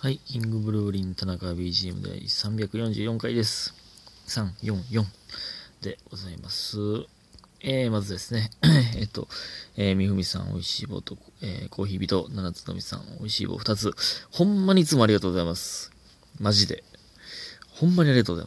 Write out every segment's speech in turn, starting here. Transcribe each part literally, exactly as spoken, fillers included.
はい、キングブルーリン田中 ビージーエム 第さんびゃくよんじゅうよんかいです。さんよんよんでございます。えー、まずですね、えっと、えー、みふみさん、おいしい棒と、えー、コーヒー人、七つのみさん、おいしい棒ふたつ。ほんまにいつもありがとうございます。マジで。ほんまにありがとうございます。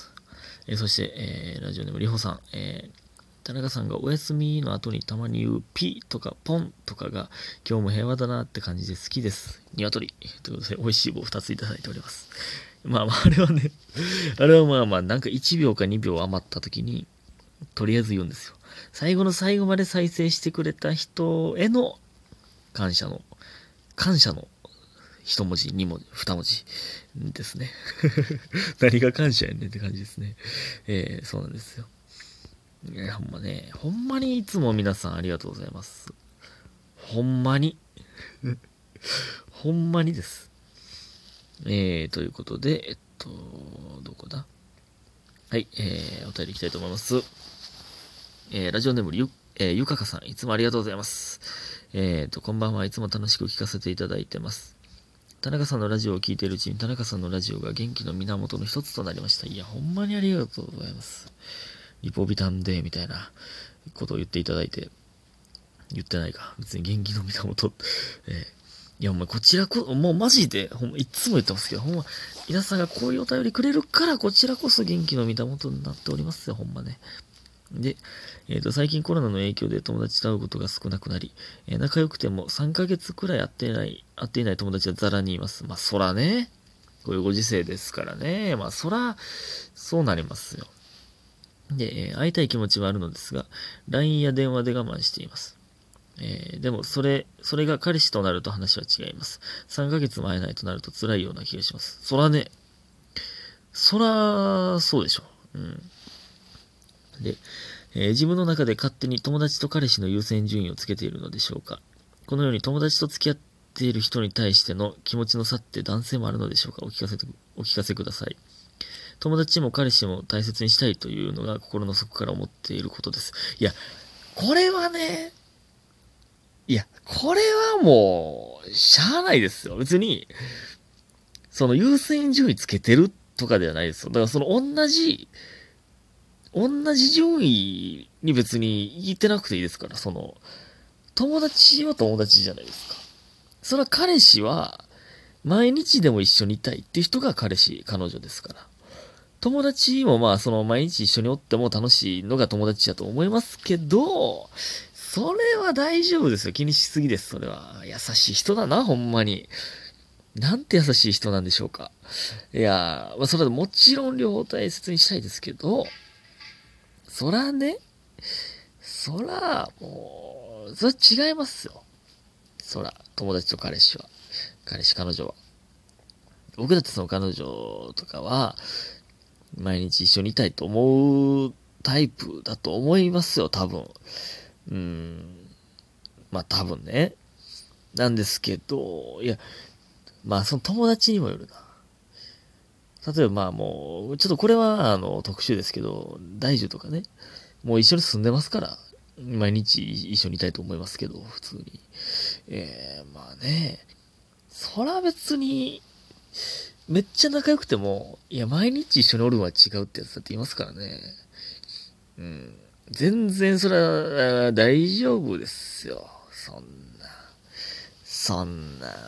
えー、そして、えー、ラジオネームりほさん、えー、田中さんがおやすみの後にたまに言うピとかポンとかが今日も平和だなって感じで好きです。鶏。ということで、美味しい棒ふたついただいております。まあまあ、あれはね、あれはまあまあ、なんかいちびょうかにびょう余った時に、とりあえず言うんですよ。最後の最後まで再生してくれた人への感謝の、感謝の一文字、二文字、二文字ですね。何が感謝やねんって感じですね。えー、そうなんですよ。いや、ほんまね、ほんまにいつも皆さんありがとうございます。ほんまに。ほんまにです。えー、ということで、えっと、どこだはい、えー、お便りいきたいと思います。えー、ラジオネームゆ、えー、ゆかかさん、いつもありがとうございます。えーと、こんばんはいつも楽しく聞かせていただいてます。田中さんのラジオを聞いているうちに、田中さんのラジオが元気の源の一つとなりました。いや、ほんまにありがとうございます。リポビタンデーみたいなことを言っていただいて、言ってないか。別に元気の源。えー、いや、お前、こちらこ、もうマジで、ほんま、いつも言ってますけど、ほんま、皆さんがこういうお便りくれるから、こちらこそ元気の源になっておりますよ、ほんまね。で、えっと、最近コロナの影響で友達と会うことが少なくなり、えー仲良くてもさんかげつくらい会ってない、会っていない友達はザラにいます。まあ、そらね、こういうご時世ですからね。まあ、そら、そうなりますよ。で、えー会いたい気持ちはあるのですが、ライン や電話で我慢しています。えーでも、それ、それが彼氏となると話は違います。さんかげつも会えないとなると辛いような気がします。そらね、そら、そうでしょ。うん。で、えー自分の中で勝手に友達と彼氏の優先順位をつけているのでしょうか。このように友達と付き合っている人に対しての気持ちの差って男性もあるのでしょうか。お聞かせて、お聞かせください。友達も彼氏も大切にしたいというのが心の底から思っていることです。いや、これはね、いや、これはもう、しゃあないですよ。別に、その優先順位つけてるとかではないですよ。だからその同じ、同じ順位に別に言ってなくていいですから、その、友達は友達じゃないですか。それは彼氏は、毎日でも一緒にいたいっていう人が彼氏、彼女ですから。友達もまあ、その毎日一緒におっても楽しいのが友達だと思いますけど、それは大丈夫ですよ。気にしすぎです、それは。優しい人だな、ほんまに。なんて優しい人なんでしょうか。いやー、まあ、それはもちろん両方大切にしたいですけど、そらね、そら、もう、それ違いますよ。そら、友達と彼氏は。彼氏、彼女は。僕だってその彼女とかは、毎日一緒にいたいと思うタイプだと思いますよ、多分。うーん。まあ多分ね。なんですけど、いや、まあその友達にもよるな。例えばまあもう、ちょっとこれはあの特殊ですけど、大樹とかね、もう一緒に住んでますから、毎日一緒にいたいと思いますけど、普通に。えー、まあね、そら別に、めっちゃ仲良くても、いや、毎日一緒におるのは違うってやつだって言いますからね。うん。全然それは大丈夫ですよ。そんな。そんな。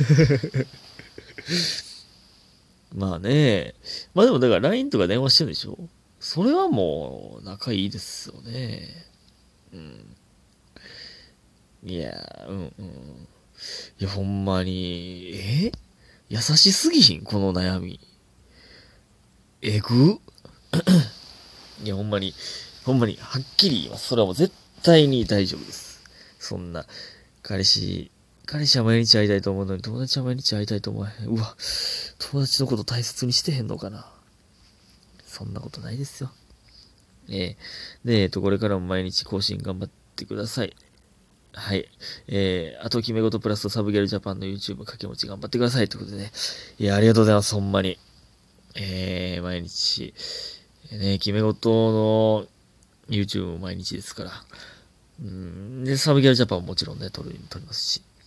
まあね。まあでもだから ライン とか電話してるんでしょ？それはもう仲いいですよね。うん。いや、うんうん。いや、ほんまに、え優しすぎひんこの悩み。えぐいや、ほんまに、ほんまに、はっきり言います。それはもう絶対に大丈夫です。そんな、彼氏、彼氏は毎日会いたいと思うのに、友達は毎日会いたいと思わへん。うわ、友達のこと大切にしてへんのかな。そんなことないですよ。えー、で、えっと、これからも毎日更新頑張ってください。はい。えー、あと決め事プラスサブギャルジャパンの YouTube 掛け持ち頑張ってください。ということでね。いや、ありがとうございます。ほんまに。えー、毎日、ね、決め事の YouTube も毎日ですから。うん。で、サブギャルジャパンももちろんね、撮る、撮りますし。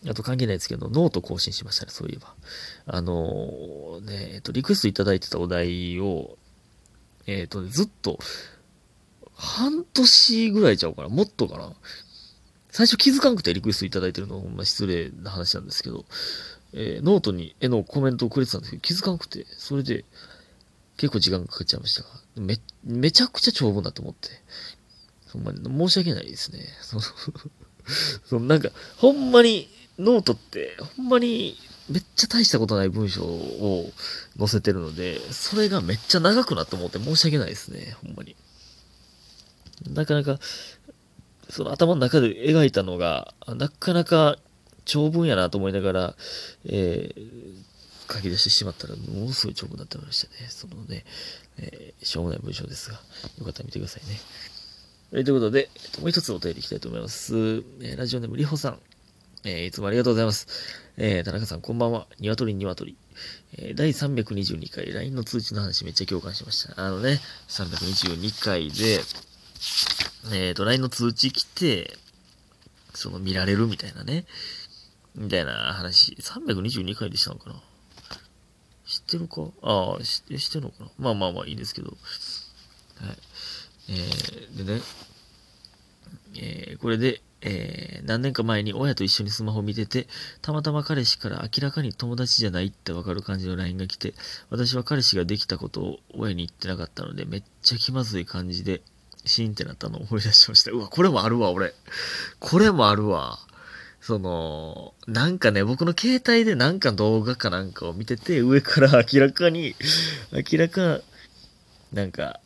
あと関係ないですけど、ノート更新しましたね、そういえば。あのー、ね、えっと、リクエストいただいてたお題を、えっと、ずっと、半年ぐらいちゃうかな、もっとかな。最初気づかんくてリクエストいただいてるのはほんま失礼な話なんですけど、えー、ノートに絵のコメントをくれてたんですけど、気づかんくて、それで結構時間かかっちゃいましたが、め、めちゃくちゃ長文だと思って、ほんまに申し訳ないですね。そのそのなんか、ほんまに、ノートって、ほんまに、めっちゃ大したことない文章を載せてるので、それがめっちゃ長くなって思って申し訳ないですね、ほんまに。なかなか、その頭の中で描いたのが、なかなか長文やなと思いながら、えー、書き出してしまったら、ものすごい長文になってましたね。そのね、えー、しょうもない文章ですが、よかったら見てくださいね。ということで、もう一つお便りいきたいと思います。えー、ラジオネームりほさん。えー、いつもありがとうございます。えー、田中さん、こんばんは。ニワトリニワトリ。えー、だいさんびゃくにじゅうにかい、ライン の通知の話めっちゃ共感しました。あのね、さんびゃくにじゅうにかいで、えっと、ライン の通知来て、その見られるみたいなね、みたいな話、さんびゃくにじゅうにかいでしたのかな。知ってるかああ、知って、知ってるのかな。まあまあまあいいですけど。はい。えー、でね、えー、これで、えー、何年か前に親と一緒にスマホ見てて、たまたま彼氏から明らかに友達じゃないってわかる感じの ライン が来て、私は彼氏ができたことを親に言ってなかったので、めっちゃ気まずい感じで、シーンってなったのを思い出しました。うわ、これもあるわ、俺。これもあるわ。その、なんかね、僕の携帯でなんか動画かなんかを見てて、上から明らかに、明らか、なんか、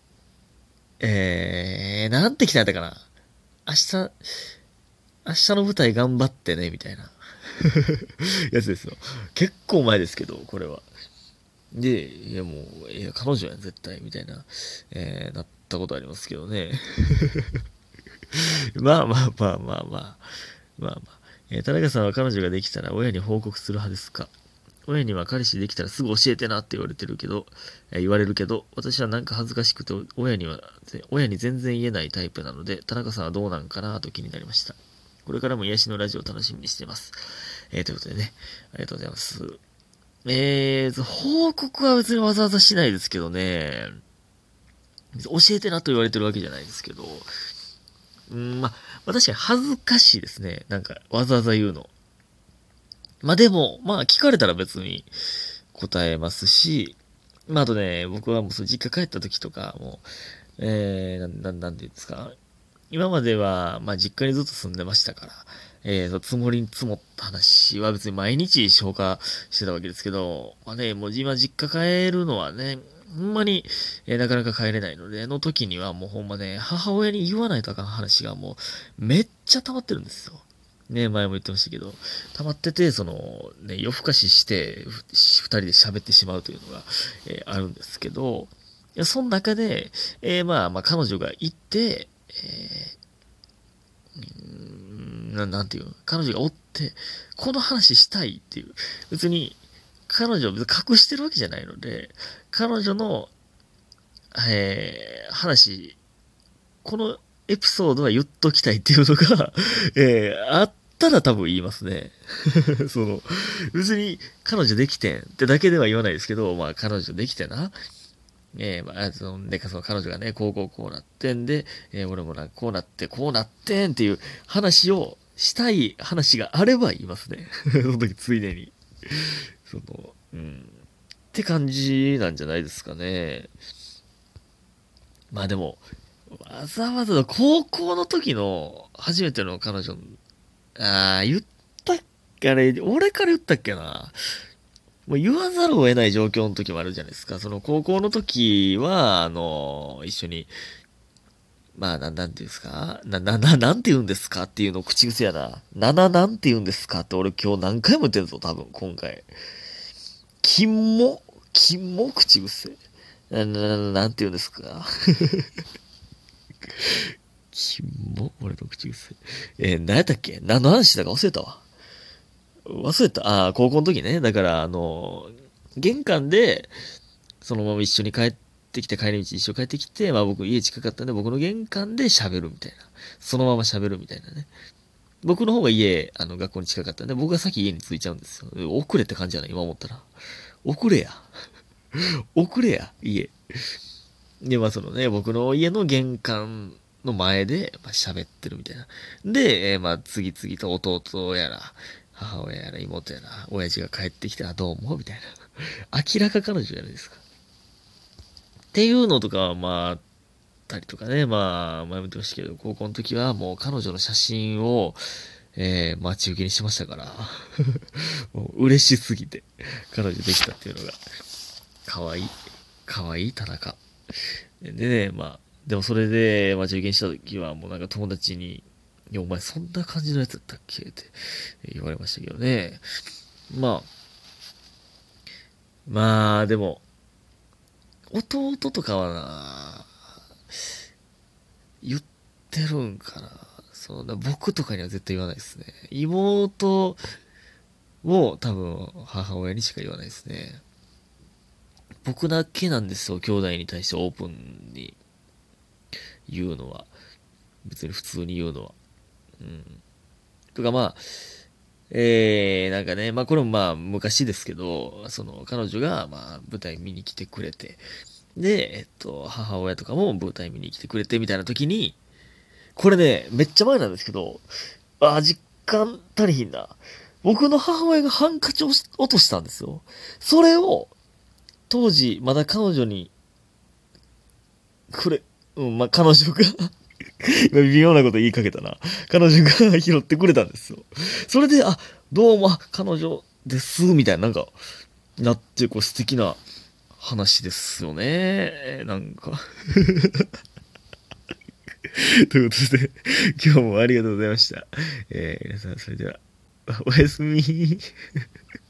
えー、なんて来たんやったかな。明日、明日の舞台頑張ってね、みたいなやつですよ。結構前ですけど、これは。で、いやもう、いや、彼女やん、絶対、みたいな、えー、なったことありますけどね。まあまあまあまあまあ。まあまあ。えー、田中さんは彼女ができたら親に報告する派ですか？親には彼氏できたらすぐ教えてなって言われてるけど、えー、言われるけど、私はなんか恥ずかしくて、親には、親に全然言えないタイプなので、田中さんはどうなんかなと気になりました。これからも癒しのラジオを楽しみにしています。えー、ということでね、ありがとうございます。えー、報告は別にわざわざしないですけどね、教えてなと言われてるわけじゃないですけど、うん、まあ、まあ、確かに恥ずかしいですね。なんか、わざわざ言うの。まあでも、まあ聞かれたら別に答えますし、まああとね、僕はもうその実家帰った時とかも、えー、なん、なん、なんて言うんですか。今までは、まあ実家にずっと住んでましたから、えー、積もりに積もった話は別に毎日消化してたわけですけど、まあね、もう今実家帰るのはね、ほんまに、えーなかなか帰れないので、の時にはもうほんまね、母親に言わないとあかん話がもう、めっちゃ溜まってるんですよ。ね、前も言ってましたけど、溜まってて、その、ね、夜更かしして、ふ二人で喋ってしまうというのが、えーあるんですけど、いや、その中で、えーまあ、まあ、彼女がいて、えー、うーんななんていうの、彼女がおって、この話したいっていう、別に、彼女を別に隠してるわけじゃないので、彼女の、えー、話、このエピソードは言っときたいっていうのが、えー、あったら多分言いますね。その、別に彼女できてんってだけでは言わないですけど、まあ彼女できてな。えー、まあ、その、ね、その彼女がね、こうこうこうなってんで、えー、俺もな、こうなって、こうなってんっていう話をしたい話があれば言いますね。その時ついでに。その、うん。って感じなんじゃないですかね。まあでも、わざわざ高校の時の初めての彼女、ああ、言ったっけあれ、俺から言ったっけな。もう言わざるを得ない状況の時もあるじゃないですか。その高校の時は、あの、一緒に、まあ、な、なんて言うんですかな、な、な、なんて言うんですかっていうの口癖やな。なな、なんて言うんですかって俺今日何回も言ってるぞ、多分、今回。金も金も口癖。な、な、な、なんて言うんですか金も俺の口癖。えー、何やったっけ何の話だか忘れたわ。忘れた。ああ、高校の時ね。だから、あの、玄関で、そのまま一緒に帰ってきて、帰り道一緒に帰ってきて、まあ僕家近かったんで、僕の玄関で喋るみたいな。そのまま喋るみたいなね。 僕の方が家、あの、学校に近かったんで、僕が先家に着いちゃうんですよ。遅れって感じじゃない今思ったら。遅れや。遅れや、家。で、まあそのね、僕の家の玄関の前で、まあ、喋ってるみたいな。で、えーまあ次々と弟やら、母親やら妹やら、親父が帰ってきて、あ、どうもみたいな。明らか彼女じゃないですか。っていうのとかは、まあ、あったりとかね、まあ、前も言ってましたけど、高校の時はもう彼女の写真を、えー、待ち受けにしましたから、もう嬉しすぎて、彼女できたっていうのが、かわいい、かわいい田中。でね、まあ、でもそれで、まあ、受験した時は、もうなんか友達に、いや、お前そんな感じのやつだったっけって言われましたけどね。まあ、まあ、でも、弟とかはな、言ってるんかな。そうだ、僕とかには絶対言わないですね。妹も多分母親にしか言わないですね。僕だけなんですよ、兄弟に対してオープンに言うのは。別に普通に言うのは。うん。とかまあ、えー、なんかね、まあこれもまあ昔ですけど、その彼女がまあ舞台見に来てくれて、で、えっと、母親とかも舞台見に来てくれてみたいな時に、これね、めっちゃ前なんですけど、あ、実感足りひんな。僕の母親がハンカチを落としたんですよ。それを、当時、まだ彼女に、くれ、うん、まあ、彼女が今微妙なこと言いかけたな。彼女が拾ってくれたんですよ。それで、あ、どうも、彼女です、みたいな、なんか、なって、こう素敵な話ですよね。なんかということで、今日もありがとうございました。えー、皆さん、それでは、おやすみ